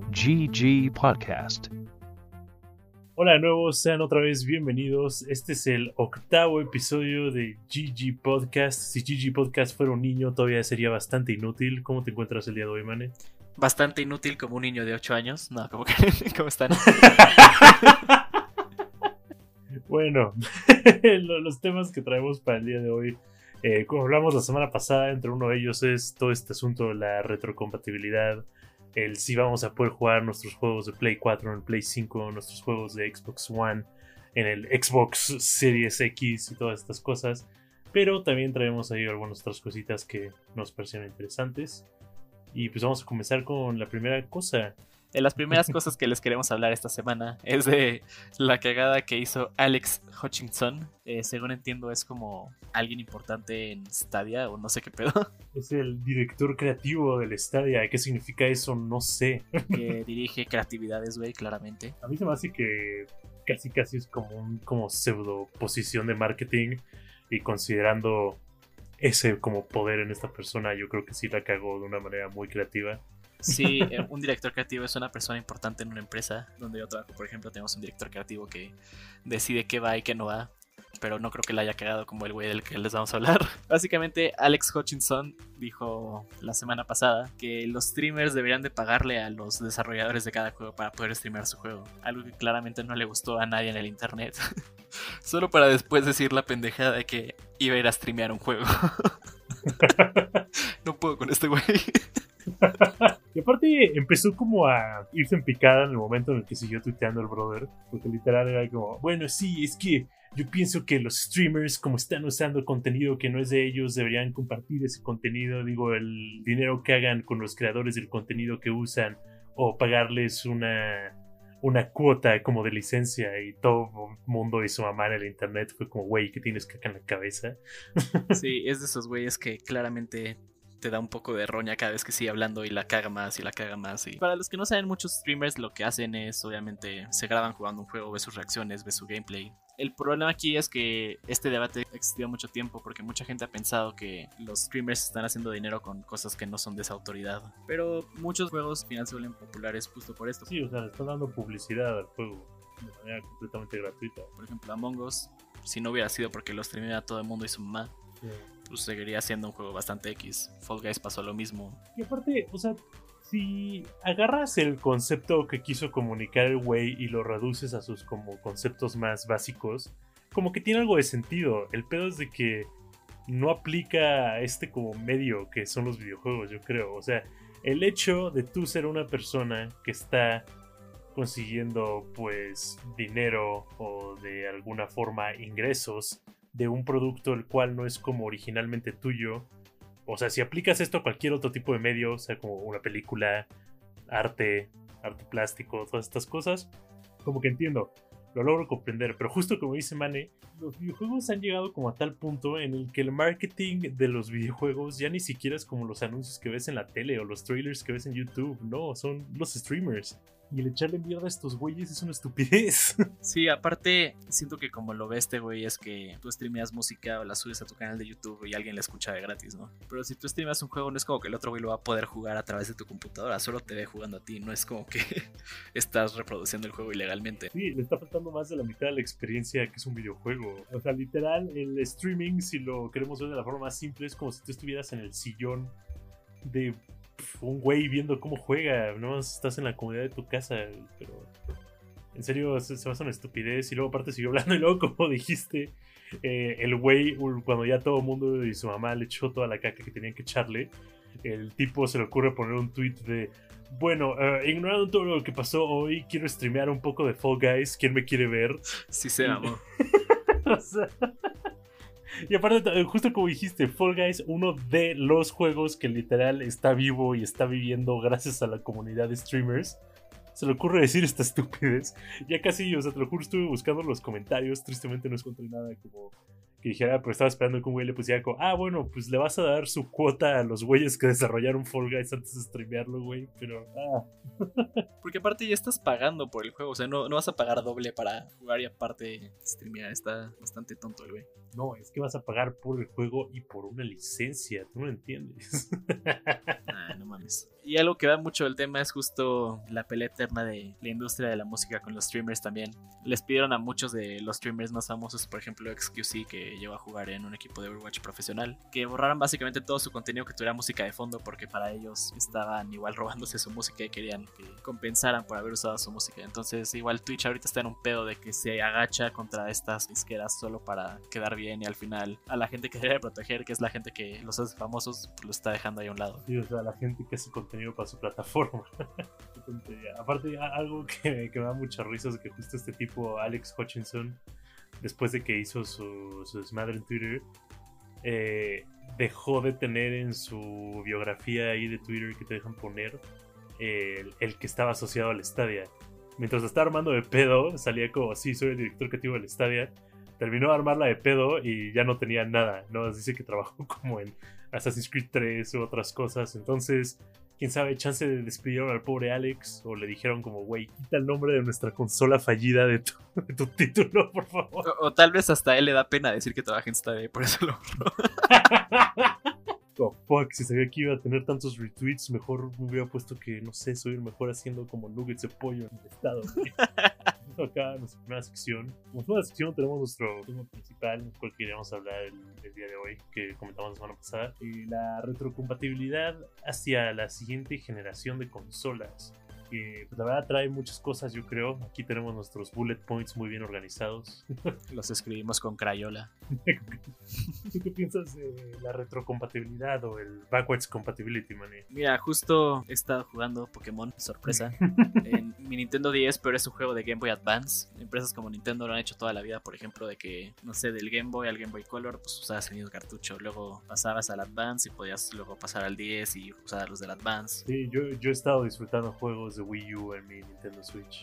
GG Podcast. Hola de nuevo, sean otra vez bienvenidos. Este es el 8º episodio de GG Podcast. Si GG Podcast fuera un niño, todavía sería bastante inútil. ¿Cómo te encuentras el día de hoy, Mane? Bastante inútil como un niño de 8 años. No, como que, ¿cómo están? Bueno, los temas que traemos para el día de hoy, como hablamos la semana pasada, entre uno de ellos es todo este asunto de la retrocompatibilidad, el si vamos a poder jugar nuestros juegos de Play 4 en el Play 5, nuestros juegos de Xbox One en el Xbox Series X y todas estas cosas. Pero también traemos ahí algunas otras cositas que nos parecieron interesantes. Y pues vamos a comenzar con la primera cosa. Las primeras cosas que les queremos hablar esta semana es de la cagada que hizo Alex Hutchinson. Según entiendo es como alguien importante en Stadia o no sé qué pedo. Es el director creativo del Stadia. ¿Qué significa eso? No sé. Que dirige creatividades, güey, claramente. A mí se me hace que casi es como pseudo posición de marketing. Y considerando ese como poder en esta persona, yo creo que sí la cagó de una manera muy creativa. Sí, un director creativo es una persona importante en una empresa. Donde yo trabajo, por ejemplo, tenemos un director creativo que decide qué va y qué no va. Pero no creo que la haya cagado como el güey del que les vamos a hablar. Básicamente, Alex Hutchinson dijo la semana pasada que los streamers deberían de pagarle a los desarrolladores de cada juego para poder streamear su juego. Algo que claramente no le gustó a nadie en el internet. Solo para después decir la pendejada de que iba a ir a streamear un juego. No puedo con este güey. Y aparte empezó como a irse en picada en el momento en el que siguió tuiteando el brother. Porque literal era como, bueno, sí, es que yo pienso que los streamers, como están usando contenido que no es de ellos, deberían compartir ese contenido. Digo, el dinero que hagan con los creadores del contenido que usan, o pagarles una cuota como de licencia. Y todo el mundo y su mamá en el internet fue como, güey, ¿qué tienes caca en la cabeza? Sí, es de esos güeyes que claramente te da un poco de roña cada vez que sigue hablando y la caga más y la caga más. Y para los que no saben, muchos streamers lo que hacen es, obviamente, se graban jugando un juego, ves sus reacciones, ves su gameplay. El problema aquí es que este debate existió mucho tiempo porque mucha gente ha pensado que los streamers están haciendo dinero con cosas que no son de esa autoridad. Pero muchos juegos al final se vuelven populares justo por esto. Sí, o sea, le están dando publicidad al juego de manera completamente gratuita. Por ejemplo, Among Us, si no hubiera sido porque lo streamea todo el mundo y su mamá, Sí. pues seguiría siendo un juego bastante X. Fall Guys pasó lo mismo. Y aparte, o sea, si agarras el concepto que quiso comunicar el güey y lo reduces a sus como conceptos más básicos, como que tiene algo de sentido. El pedo es de que no aplica a este como medio que son los videojuegos, yo creo. O sea, el hecho de tú ser una persona que está consiguiendo pues dinero o de alguna forma ingresos de un producto el cual no es como originalmente tuyo. O sea, si aplicas esto a cualquier otro tipo de medio, o sea, como una película, arte plástico, todas estas cosas, como que entiendo, lo logro comprender. Pero justo como dice Mane, los videojuegos han llegado como a tal punto en el que el marketing de los videojuegos ya ni siquiera es como los anuncios que ves en la tele o los trailers que ves en YouTube. No, son los streamers. Y el echarle mierda a estos güeyes es una estupidez. Sí, aparte, siento que como lo ve este güey es que tú streameas música o la subes a tu canal de YouTube y alguien la escucha de gratis, ¿no? Pero si tú streameas un juego, no es como que el otro güey lo va a poder jugar a través de tu computadora, solo te ve jugando a ti, no es como que estás reproduciendo el juego ilegalmente. Sí, le está faltando más de la mitad de la experiencia que es un videojuego. O sea, literal, el streaming, si lo queremos ver de la forma más simple, es como si tú estuvieras en el sillón de un güey viendo cómo juega, no estás en la comodidad de tu casa, pero en serio se me hace una estupidez. Y luego aparte siguió hablando y luego como dijiste, el güey cuando ya todo el mundo y su mamá le echó toda la caca que tenían que echarle, el tipo se le ocurre poner un tweet de bueno, ignorando todo lo que pasó hoy, quiero streamear un poco de Fall Guys, ¿quién me quiere ver? Sí se amó. O sea, y aparte, justo como dijiste, Fall Guys, uno de los juegos que literal está vivo y está viviendo gracias a la comunidad de streamers, se le ocurre decir esta estupidez. Ya casi, o sea, te lo juro, estuve buscando los comentarios, tristemente no encontré nada como que dijera, pero estaba esperando que un güey le pusiera como, bueno, pues le vas a dar su cuota a los güeyes que desarrollaron Fall Guys antes de streamearlo, güey, pero Porque aparte ya estás pagando por el juego, o sea, no vas a pagar doble para jugar y aparte streamear, está bastante tonto el güey. No, es que vas a pagar por el juego y por una licencia, tú no entiendes. No mames. Y algo que va mucho del tema es justo la pelea eterna de la industria de la música con los streamers también. Les pidieron a muchos de los streamers más famosos, por ejemplo XQC, que llegó a jugar en un equipo de Overwatch profesional, que borraran básicamente todo su contenido que tuviera música de fondo, porque para ellos estaban igual robándose su música y querían que compensaran por haber usado su música. Entonces igual Twitch ahorita está en un pedo de que se agacha contra estas disqueras solo para quedar bien, y al final a la gente que debe proteger, que es la gente que los hace famosos, pues lo está dejando ahí a un lado. Sí, o sea, la gente que hace contenido para su plataforma. Aparte, algo que me da mucha risa es que justo este tipo, Alex Hutchinson, después de que hizo su desmadre en Twitter, dejó de tener en su biografía ahí de Twitter que te dejan poner el que estaba asociado al Stadia. Mientras lo estaba armando de pedo, salía como, sí, soy el director creativo del Stadia. Terminó de armarla de pedo y ya no tenía nada, ¿no? Dice que trabajó como en Assassin's Creed 3 u otras cosas. Entonces, quién sabe, chance de despidieron al pobre Alex, o le dijeron como, güey, quita el nombre de nuestra consola fallida de tu título, por favor. O tal vez hasta a él le da pena decir que trabaja en Stadia y por eso lo borró. Oh, fuck, si sabía que iba a tener tantos retweets, mejor me hubiera puesto que, no sé, soy el mejor haciendo como nuggets de pollo en el estado. Acá en nuestra primera sección. Como segunda sección tenemos nuestro tema principal, el cual queríamos hablar el día de hoy, que comentamos la semana pasada, la retrocompatibilidad hacia la siguiente generación de consolas. Que pues, la verdad trae muchas cosas, yo creo. Aquí tenemos nuestros bullet points muy bien organizados. Los escribimos con Crayola. ¿Tú qué piensas de la retrocompatibilidad o el backwards compatibility, man? Mira, justo he estado jugando Pokémon, sorpresa, en mi Nintendo 10, pero es un juego de Game Boy Advance. Empresas como Nintendo lo han hecho toda la vida, por ejemplo, de que, no sé, del Game Boy al Game Boy Color, pues usabas el mismo cartucho. Luego pasabas al Advance y podías luego pasar al 10 y usar los del Advance. Sí, yo he estado disfrutando juegos de Wii U en mi Nintendo Switch.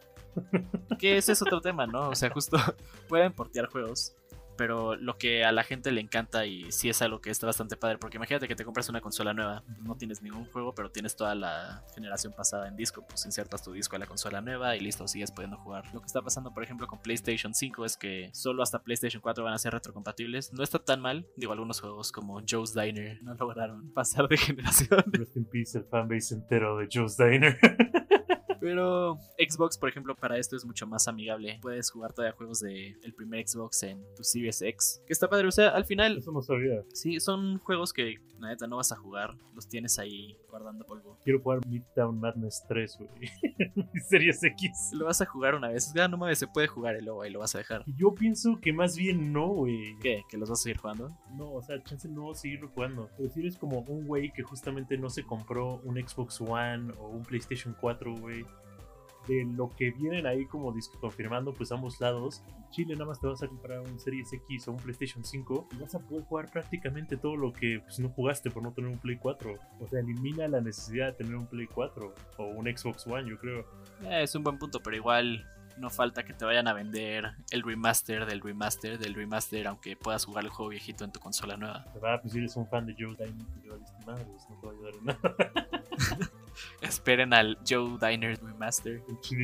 Que ese es otro tema, ¿no? O sea, justo pueden portear juegos, pero lo que a la gente le encanta, y sí es algo que está bastante padre, porque imagínate que te compras una consola nueva, no tienes ningún juego, pero tienes toda la generación pasada en disco, pues insertas tu disco a la consola nueva y listo, sigues pudiendo jugar. Lo que está pasando, por ejemplo, con PlayStation 5 es que solo hasta PlayStation 4 van a ser retrocompatibles. No está tan mal, digo, algunos juegos como Joe's Diner no lograron pasar de generación. Rest in peace, el fanbase entero de Joe's Diner. Pero Xbox, por ejemplo, para esto es mucho más amigable. Puedes jugar todavía juegos del primer Xbox en tu Series X, que está padre. O sea, al final, eso no sabía. Sí, son juegos que la neta no vas a jugar, los tienes ahí guardando polvo. Quiero jugar Midtown Madness 3, güey. Series X. Lo vas a jugar una vez, no mames, se puede jugar y luego ahí lo vas a dejar. Yo pienso que más bien no, güey. ¿Qué? ¿Que los vas a seguir jugando? No, o sea, chance no seguirlo jugando. Pero si eres como un güey que justamente no se compró un Xbox One o un PlayStation 4, güey, de lo que vienen ahí como disco confirmando, pues ambos lados, en Chile nada más te vas a comprar un Series X o un PlayStation 5 y vas a poder jugar prácticamente todo lo que pues, no jugaste por no tener un Play 4. O sea, elimina la necesidad de tener un Play 4 o un Xbox One, yo creo. Es un buen punto, pero igual no falta que te vayan a vender el remaster del remaster del remaster, aunque puedas jugar el juego viejito en tu consola nueva. ¿Verdad? Pues si eres un fan de Joe Diner, te lleva a madre, pues no te va a ayudar en nada. Esperen al Joe Diner Remaster.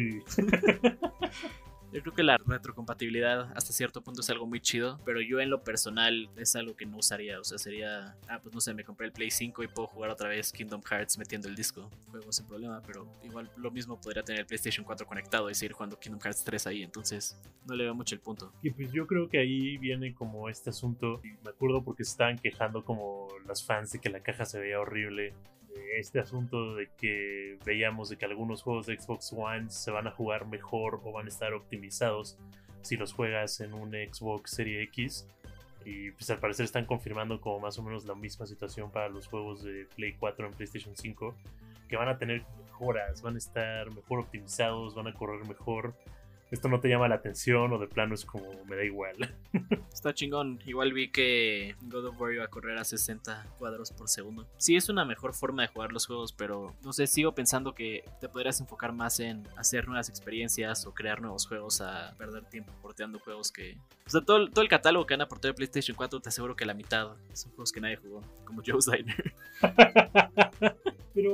Yo creo que la retrocompatibilidad hasta cierto punto es algo muy chido, pero yo en lo personal es algo que no usaría. O sea, sería, pues no sé, me compré el Play 5 y puedo jugar otra vez Kingdom Hearts metiendo el disco. Juego sin problema, pero igual lo mismo podría tener el PlayStation 4 conectado y seguir jugando Kingdom Hearts 3 ahí. Entonces no le veo mucho el punto. Y pues yo creo que ahí viene como este asunto. Y me acuerdo porque se estaban quejando como los fans de que la caja se veía horrible. Este asunto de que veíamos de que algunos juegos de Xbox One se van a jugar mejor o van a estar optimizados si los juegas en un Xbox Series X, y pues al parecer están confirmando como más o menos la misma situación para los juegos de Play 4 en PlayStation 5, que van a tener mejoras, van a estar mejor optimizados, van a correr mejor. ¿Esto no te llama la atención o de plano es como me da igual? Está chingón. Igual vi que God of War iba a correr a 60 cuadros por segundo. Sí, es una mejor forma de jugar los juegos, pero no sé, sigo pensando que te podrías enfocar más en hacer nuevas experiencias o crear nuevos juegos a perder tiempo porteando juegos que... O sea, todo el catálogo que han aportado de PlayStation 4 te aseguro que la mitad son juegos que nadie jugó, como Joe's Diner. Pero, o sea,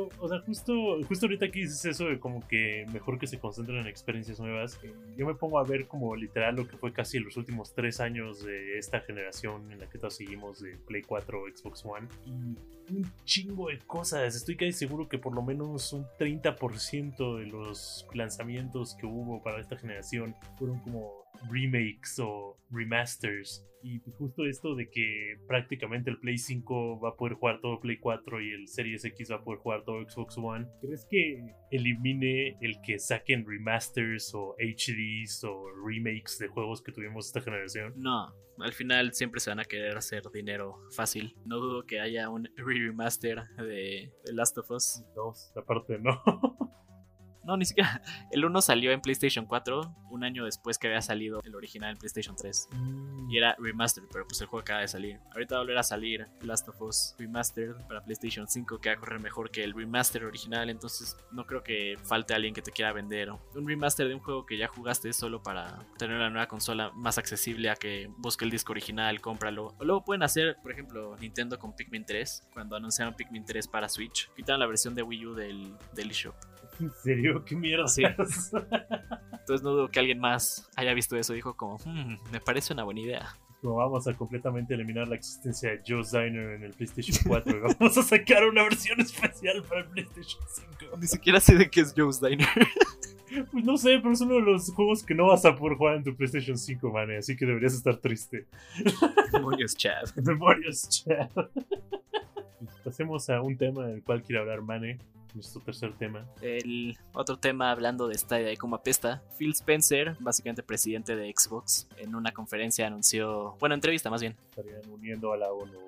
justo ahorita que dices eso de como que mejor que se concentren en experiencias nuevas, yo me pongo a ver como literal lo que fue casi los últimos 3 años de esta generación en la que todos seguimos de Play 4 o Xbox One, y un chingo de cosas. Estoy casi seguro que por lo menos un 30% de los lanzamientos que hubo para esta generación fueron como remakes o remasters. Y pues justo esto de que prácticamente el Play 5 va a poder jugar todo Play 4 y el Series X va a poder jugar todo Xbox One, ¿crees que elimine el que saquen remasters o HDs o remakes de juegos que tuvimos esta generación? No, al final siempre se van a querer hacer dinero fácil. No dudo que haya un remaster de The Last of Us. Dos, aparte no. No, ni siquiera. El 1 salió en PlayStation 4 un año después que había salido el original en PlayStation 3. Y era remastered, pero pues el juego acaba de salir. Ahorita va a volver a salir Last of Us Remastered para PlayStation 5, que va a correr mejor que el remaster original. Entonces no creo que falte alguien que te quiera vender un remaster de un juego que ya jugaste solo para tener una nueva consola más accesible a que busque el disco original, cómpralo. O luego pueden hacer, por ejemplo, Nintendo con Pikmin 3. Cuando anunciaron Pikmin 3 para Switch, quitaron la versión de Wii U del eShop. ¿En serio? ¿Qué mierda? Sí. Entonces no dudo que alguien más haya visto eso y dijo como, me parece una buena idea. Como vamos a completamente eliminar la existencia de Joe's Diner en el PlayStation 4 y vamos a sacar una versión especial para el PlayStation 5. Ni siquiera sé de qué es Joe's Diner. Pues no sé, pero es uno de los juegos que no vas a poder jugar en tu PlayStation 5, man, así que deberías estar triste. Demonios, Chad. Demonios, Chad. Pasemos a un tema del cual quiere hablar Mane. Nuestro tercer tema. El otro tema, hablando de Stadia y cómo apesta, Phil Spencer, básicamente presidente de Xbox, en una conferencia anunció, bueno, entrevista más bien, estarían uniendo a la ONU.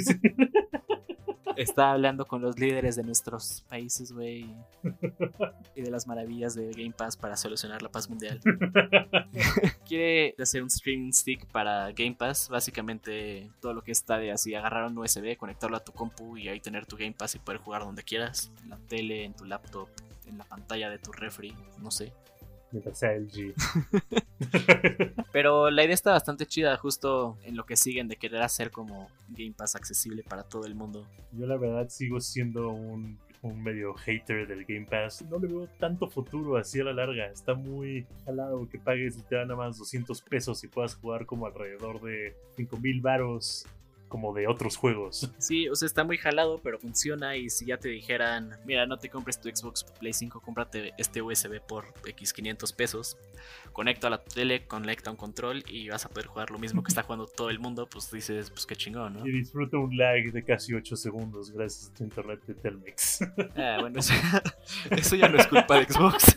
está hablando con los líderes de nuestros países, güey, y de las maravillas de Game Pass para solucionar la paz mundial. Quiere hacer un streaming stick para Game Pass, básicamente todo lo que está de así, agarrar un USB, conectarlo a tu compu y ahí tener tu Game Pass y poder jugar donde quieras, en la tele, en tu laptop, en la pantalla de tu refri, no sé. Mientras sea LG. Pero la idea está bastante chida, justo en lo que siguen de querer hacer como Game Pass accesible para todo el mundo. Yo la verdad sigo siendo un medio hater del Game Pass. No le veo tanto futuro así a la larga. Está muy jalado que pagues y te dan nada más 200 pesos y puedas jugar como alrededor de 5,000 varos como de otros juegos. Sí, o sea, está muy jalado, pero funciona. Y si ya te dijeran, mira, no te compres tu Xbox Play 5, cómprate este USB por X 500 pesos, conecta a la tele, conecta un control y vas a poder jugar lo mismo que está jugando todo el mundo, pues dices, pues qué chingón, ¿no? Y disfruta un lag de casi 8 segundos gracias a tu internet de Telmex. Bueno, eso ya no es culpa de Xbox.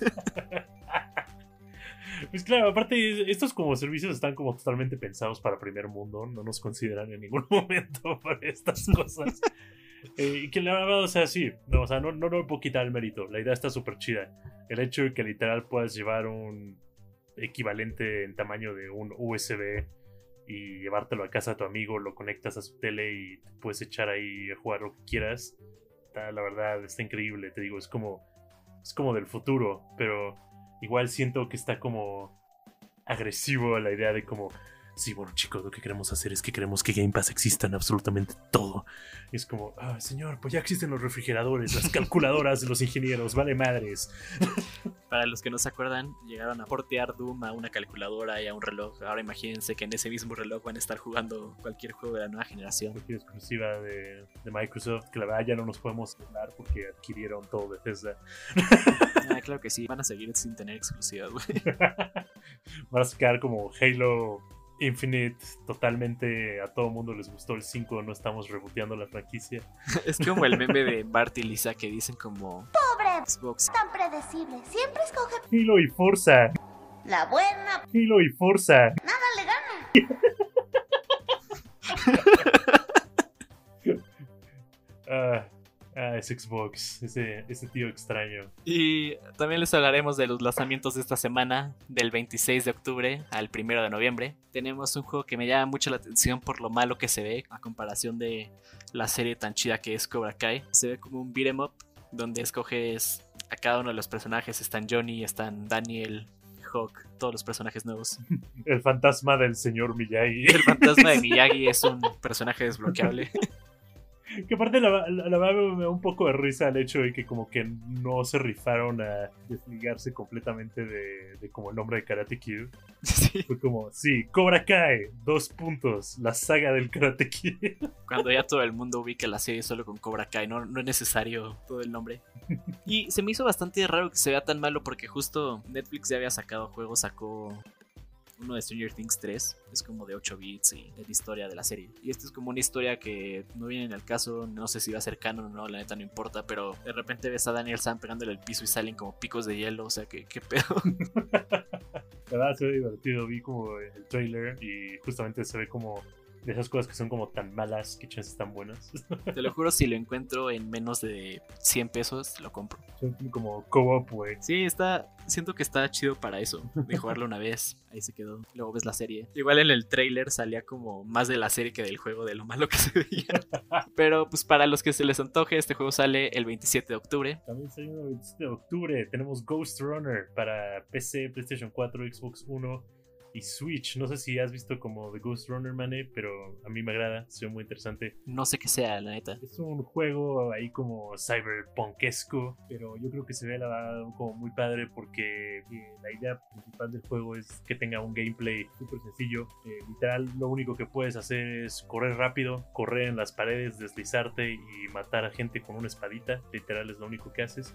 Pues claro, aparte estos como servicios están como totalmente pensados para primer mundo, no nos consideran en ningún momento para estas cosas. Y que la verdad, o sea, sí, no, o sea, no me puedo quitar el mérito, la idea está súper chida. El hecho de que literal puedas llevar un equivalente en tamaño de un USB y llevártelo a casa de tu amigo, lo conectas a su tele y te puedes echar ahí a jugar lo que quieras. La verdad está increíble, te digo, es como del futuro, pero igual siento que está como agresivo a la idea de como, sí, bueno chicos, lo que queremos hacer es que queremos que Game Pass exista en absolutamente todo. Y es como, señor, pues ya existen los refrigeradores, las calculadoras de los ingenieros, vale madres. Para los que no se acuerdan, llegaron a portear Doom a una calculadora y a un reloj. Ahora imagínense que en ese mismo reloj van a estar jugando cualquier juego de la nueva generación. Cualquier exclusiva de Microsoft, que la verdad ya no nos podemos hablar porque adquirieron todo Bethesda. Claro que sí, van a seguir sin tener exclusivas, güey. Van a sacar como Halo Infinite, totalmente a todo mundo les gustó el 5, no estamos reboteando la franquicia. Es como el meme de Bart y Lisa que dicen como, pobre Xbox, tan predecible, siempre escoge Halo y Forza. la buena, Halo y Forza. nada le gana. Es Xbox, ese tío extraño. Y también les hablaremos de los lanzamientos de esta semana, del 26 de octubre al 1 de noviembre. Tenemos un juego que me llama mucho la atención por lo malo que se ve a comparación de la serie tan chida que es Cobra Kai. Se ve como un beat'em up donde escoges a cada uno de los personajes. Están Johnny, están Daniel, Hawk, todos los personajes nuevos. El fantasma del señor Miyagi. El fantasma de Miyagi es un personaje desbloqueable. Que aparte la verdad me da un poco de risa el hecho de que como que no se rifaron a desligarse completamente de como el nombre de Karate Kid. Sí. Fue como, sí, Cobra Kai, 2 puntos, la saga del Karate Kid. Cuando ya todo el mundo ubica la serie solo con Cobra Kai, no es necesario todo el nombre. Y se me hizo bastante raro que se vea tan malo porque justo Netflix ya había sacado juegos, sacó uno de Stranger Things 3, es como de 8 bits y de la historia de la serie. Y esta es como una historia que no viene en el caso, no sé si va a ser canon o no, la neta no importa, pero de repente ves a Daniel San pegándole al piso y salen como picos de hielo, o sea, ¿qué pedo? La verdad se ve divertido, vi como el trailer y justamente se ve como de esas cosas que son como tan malas que chances están buenas. Te lo juro, si lo encuentro en menos de 100 pesos, lo compro. Son como co-op, güey. Sí, siento que está chido para eso, de jugarlo una vez, ahí se quedó, luego ves la serie. Igual en el trailer salía como más de la serie que del juego, de lo malo que se veía. Pero pues para los que se les antoje, este juego sale el 27 de octubre. También sale el 27 de octubre, tenemos Ghost Runner para PC, PlayStation 4, Xbox One y Switch. No sé si has visto como The Ghost Runner, Mane, pero a mí me agrada, se ve muy interesante. No sé qué sea, la neta. Es un juego ahí como cyberpunkesco, pero yo creo que se ve la verdad como muy padre porque la idea principal del juego es que tenga un gameplay súper sencillo. Literal, lo único que puedes hacer es correr rápido, correr en las paredes, deslizarte y matar a gente con una espadita. Literal es lo único que haces.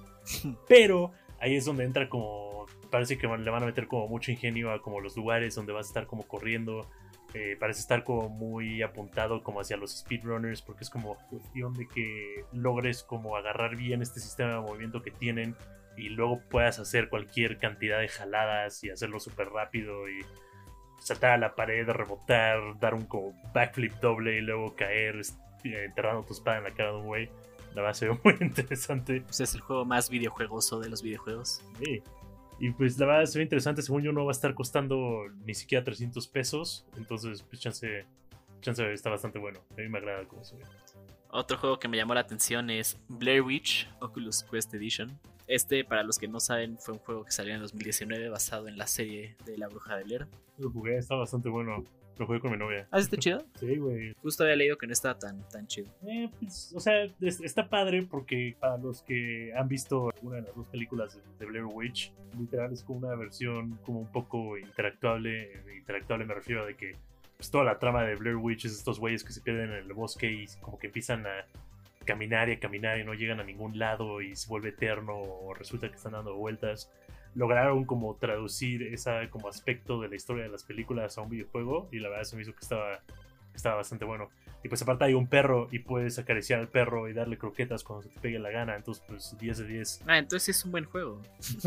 Pero ahí es donde entra como, parece que le van a meter como mucho ingenio a como los lugares donde vas a estar como corriendo. Parece estar como muy apuntado como hacia los speedrunners, porque es como cuestión de que logres como agarrar bien este sistema de movimiento que tienen y luego puedas hacer cualquier cantidad de jaladas y hacerlo súper rápido y saltar a la pared, rebotar, dar un como backflip doble y luego caer enterrando tu espada en la cara de un güey. La verdad se ve muy interesante. Pues es el juego más videojuegoso de los videojuegos. Sí. Y pues la verdad se ve interesante. Según yo no va a estar costando ni siquiera 300 pesos. Entonces pues chance está bastante bueno. A mí me agrada cómo se ve. Otro juego que me llamó la atención es Blair Witch Oculus Quest Edition. Este, para los que no saben, fue un juego que salió en 2019 basado en la serie de La Bruja de Blair. Lo jugué, está bastante bueno. Lo jugué con mi novia. ¿Ah, está chido? Sí, güey. Justo había leído que no estaba tan chido. Pues, o sea, está padre porque para los que han visto alguna de las dos películas de Blair Witch, literal es como una versión como un poco interactuable. Interactuable me refiero a de que pues, toda la trama de Blair Witch es estos güeyes que se pierden en el bosque y como que empiezan a caminar y no llegan a ningún lado y se vuelve eterno o resulta que están dando vueltas. Lograron como traducir ese como aspecto de la historia de las películas a un videojuego y la verdad se me hizo que estaba bastante bueno. Y pues aparte hay un perro y puedes acariciar al perro y darle croquetas cuando se te pegue la gana, entonces pues 10 de 10. Ah, entonces es un buen juego.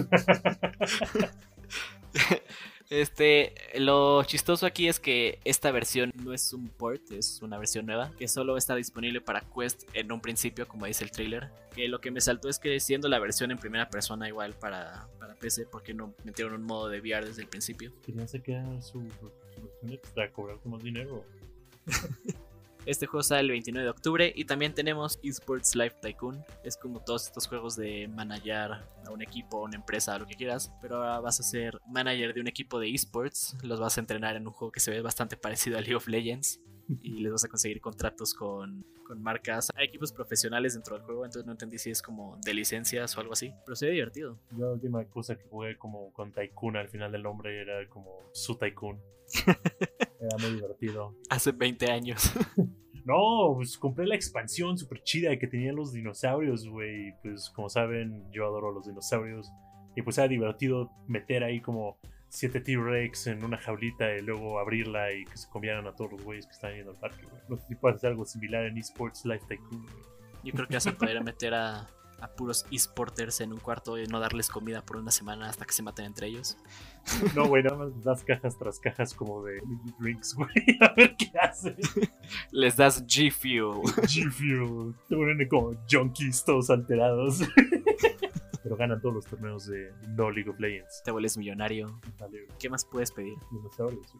Lo chistoso aquí es que esta versión no es un port, es una versión nueva que solo está disponible para Quest en un principio, como dice el trailer. Que lo que me saltó es que siendo la versión en primera persona igual para PC, ¿por qué no metieron un modo de VR desde el principio? Querían sacar su versión extra, cobrarte más dinero. Este juego sale el 29 de octubre y también tenemos Esports Life Tycoon. Es como todos estos juegos de manager a un equipo, a una empresa, a lo que quieras. Pero ahora vas a ser manager de un equipo de esports. Los vas a entrenar en un juego que se ve bastante parecido a League of Legends. Y les vas a conseguir contratos con marcas. Hay equipos profesionales dentro del juego, entonces no entendí si es como de licencias o algo así. Pero se ve divertido. Yo la última cosa que jugué como con Tycoon al final del nombre era como su Tycoon. Era muy divertido. Hace 20 años. No, pues compré la expansión super chida que tenían los dinosaurios, güey. Pues como saben, yo adoro los dinosaurios. Y pues era divertido meter ahí como 7 T-Rex en una jaulita y luego abrirla y que se comieran a todos los güeyes que están yendo al parque, güey. No sé si puedes hacer algo similar en Esports Life Tycoon, güey. Yo creo que vas a poder meter a puros esporters en un cuarto y no darles comida por una semana hasta que se maten entre ellos. No, güey, nada más das cajas tras cajas como de drinks, güey. A ver qué hacen. Les das G-Fuel. G-Fuel. Se vuelven como junkies todos alterados. Pero ganan todos los torneos de no League of Legends. Te vuelves millonario. Vale, ¿Qué más puedes pedir? dinosaurios.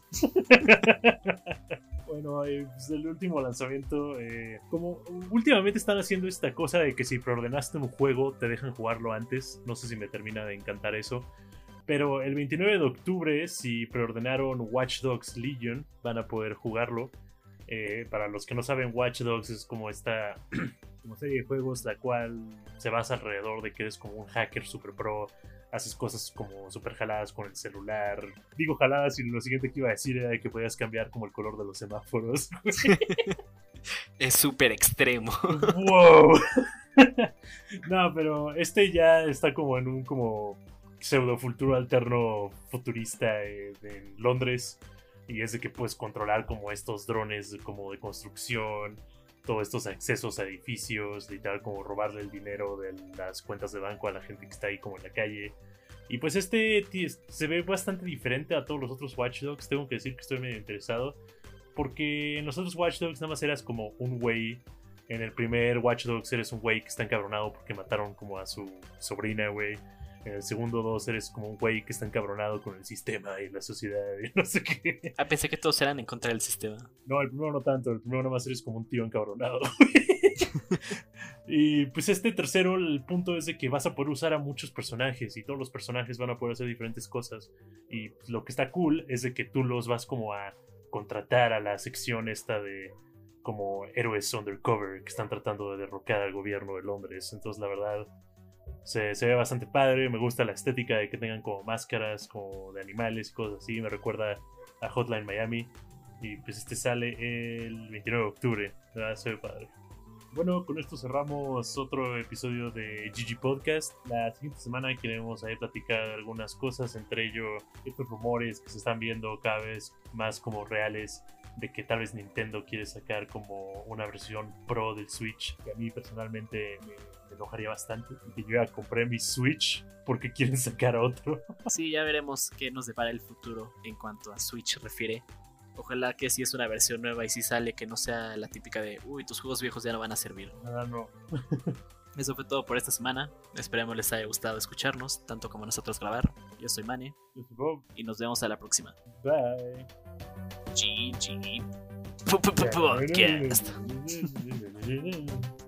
Bueno, pues el último lanzamiento, como últimamente están haciendo esta cosa de que si preordenaste un juego te dejan jugarlo antes. No sé si me termina de encantar eso. Pero el 29 de octubre, si preordenaron Watch Dogs Legion, van a poder jugarlo. Para los que no saben, Watch Dogs es como esta como serie de juegos la cual se basa alrededor de que eres como un hacker super pro, haces cosas como super jaladas con el celular. Digo jaladas y lo siguiente que iba a decir era de que podías cambiar como el color de los semáforos. Es súper extremo. ¡Wow! No, pero este ya está como en un como pseudo futuro alterno futurista en Londres. Y es de que puedes controlar como estos drones como de construcción, todos estos accesos a edificios, literal como robarle el dinero de las cuentas de banco a la gente que está ahí como en la calle. Y pues se ve bastante diferente a todos los otros Watch Dogs. Tengo que decir que estoy medio interesado, porque en los otros Watch Dogs nada más eras como un güey. En el primer Watch Dogs eres un güey que está encabronado porque mataron como a su sobrina, güey. En el segundo 2 eres como un güey que está encabronado con el sistema y la sociedad y no sé qué. Ah, pensé que todos eran en contra del sistema. No, el primero no tanto. El primero nomás eres como un tío encabronado. Y pues este tercero, el punto es de que vas a poder usar a muchos personajes y todos los personajes van a poder hacer diferentes cosas. Y pues, lo que está cool es de que tú los vas como a contratar a la sección esta de como héroes undercover que están tratando de derrocar al gobierno de Londres. Entonces la verdad se ve bastante padre. Me gusta la estética de que tengan como máscaras como de animales y cosas así. Me recuerda a Hotline Miami. Y pues este sale el 29 de octubre. ¿Verdad? Se ve padre. Bueno, con esto cerramos otro episodio de GG Podcast. La siguiente semana queremos ahí platicar algunas cosas, entre ellos estos rumores que se están viendo cada vez más como reales de que tal vez Nintendo quiere sacar como una versión pro del Switch, que a mí personalmente me enojaría bastante, y que yo ya compré mi Switch porque quieren sacar otro. Sí, ya veremos qué nos depara el futuro en cuanto a Switch refiere. Ojalá que si es una versión nueva y si sale que no sea la típica de uy, tus juegos viejos ya no van a servir. Nada, no. Eso fue todo por esta semana. Esperemos les haya gustado escucharnos, tanto como nosotros grabar. Yo soy Mane Yo soy Bob. y nos vemos a la próxima. Bye. GG Podcast. Yeah.